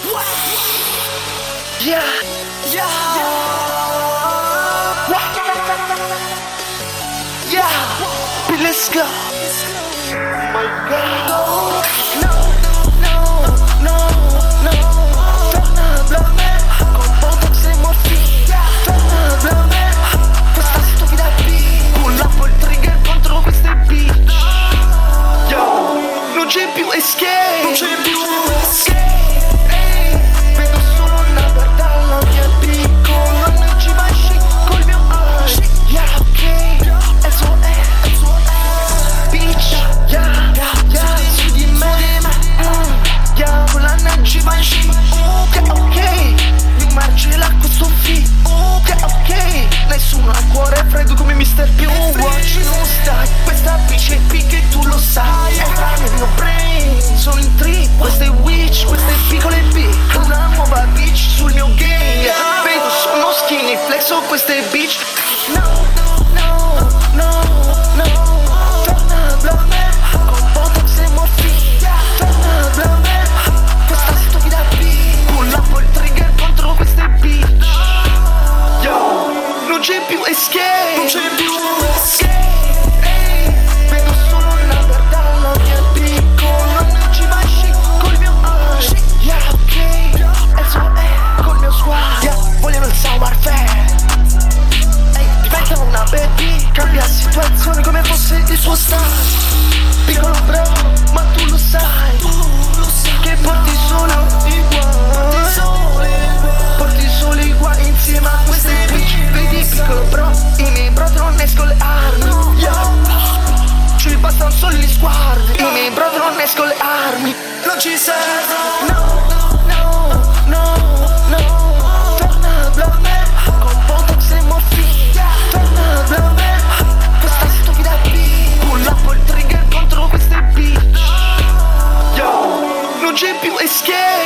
Yeah, yeah, yeah. Let's go. My God. No, no, no, no. Torna a me con botox e morfina. Torna a me questa stupida bitch. Pull il trigger contro queste bitch. Yo, non c'è più escape. Non c'è più escape. Vedo solo una guarda alla mia piccola. Non ci vai shit col mio eye. Yeah, ok. E so bitch. Yeah, yeah, su di me. Yeah, con la non vai shit. Yeah, ok. Mi margela questo fit. Yeah, ok. Nessuno ha cuore freddo come Mr. P. Watch, non stai. Questa bitch è picca e tu lo sai. Entra nel mio brain. Sono in trip. Queste witch, queste piccole B. Una nuova bitch sul mio game. Vedo sono skinny, flexo queste bitch. No, no, no, no. Torna a me con botox e morfina. Torna a me questa stupida bitch. Pull up il trigger contro queste bitch. Yo, non c'è più escape. Non c'è più escape. Vedo solo una guarda alla mia piccola. Non ci vai shit col mio eye. Yeah, ok. E so col mio squad. Yeah, vogliono il savoir-faire. Diventa una baby. Cambia situazione come fosse il suo style. Piccolo bro, ma tu lo sai. Che porti solo i guai. Porti solo i guai insieme a queste bitch. Vedi piccolo bro, i miei brother non escono le armi. Yeah. Ci bastano solo gli sguardi. I miei brother non escono le armi. Non ci servono. No, no, no, no. Torna a me con botox e morfina. Torna a me questa stupida bitch. Pull up il trigger contro queste bitch. Yo, non c'è più escape.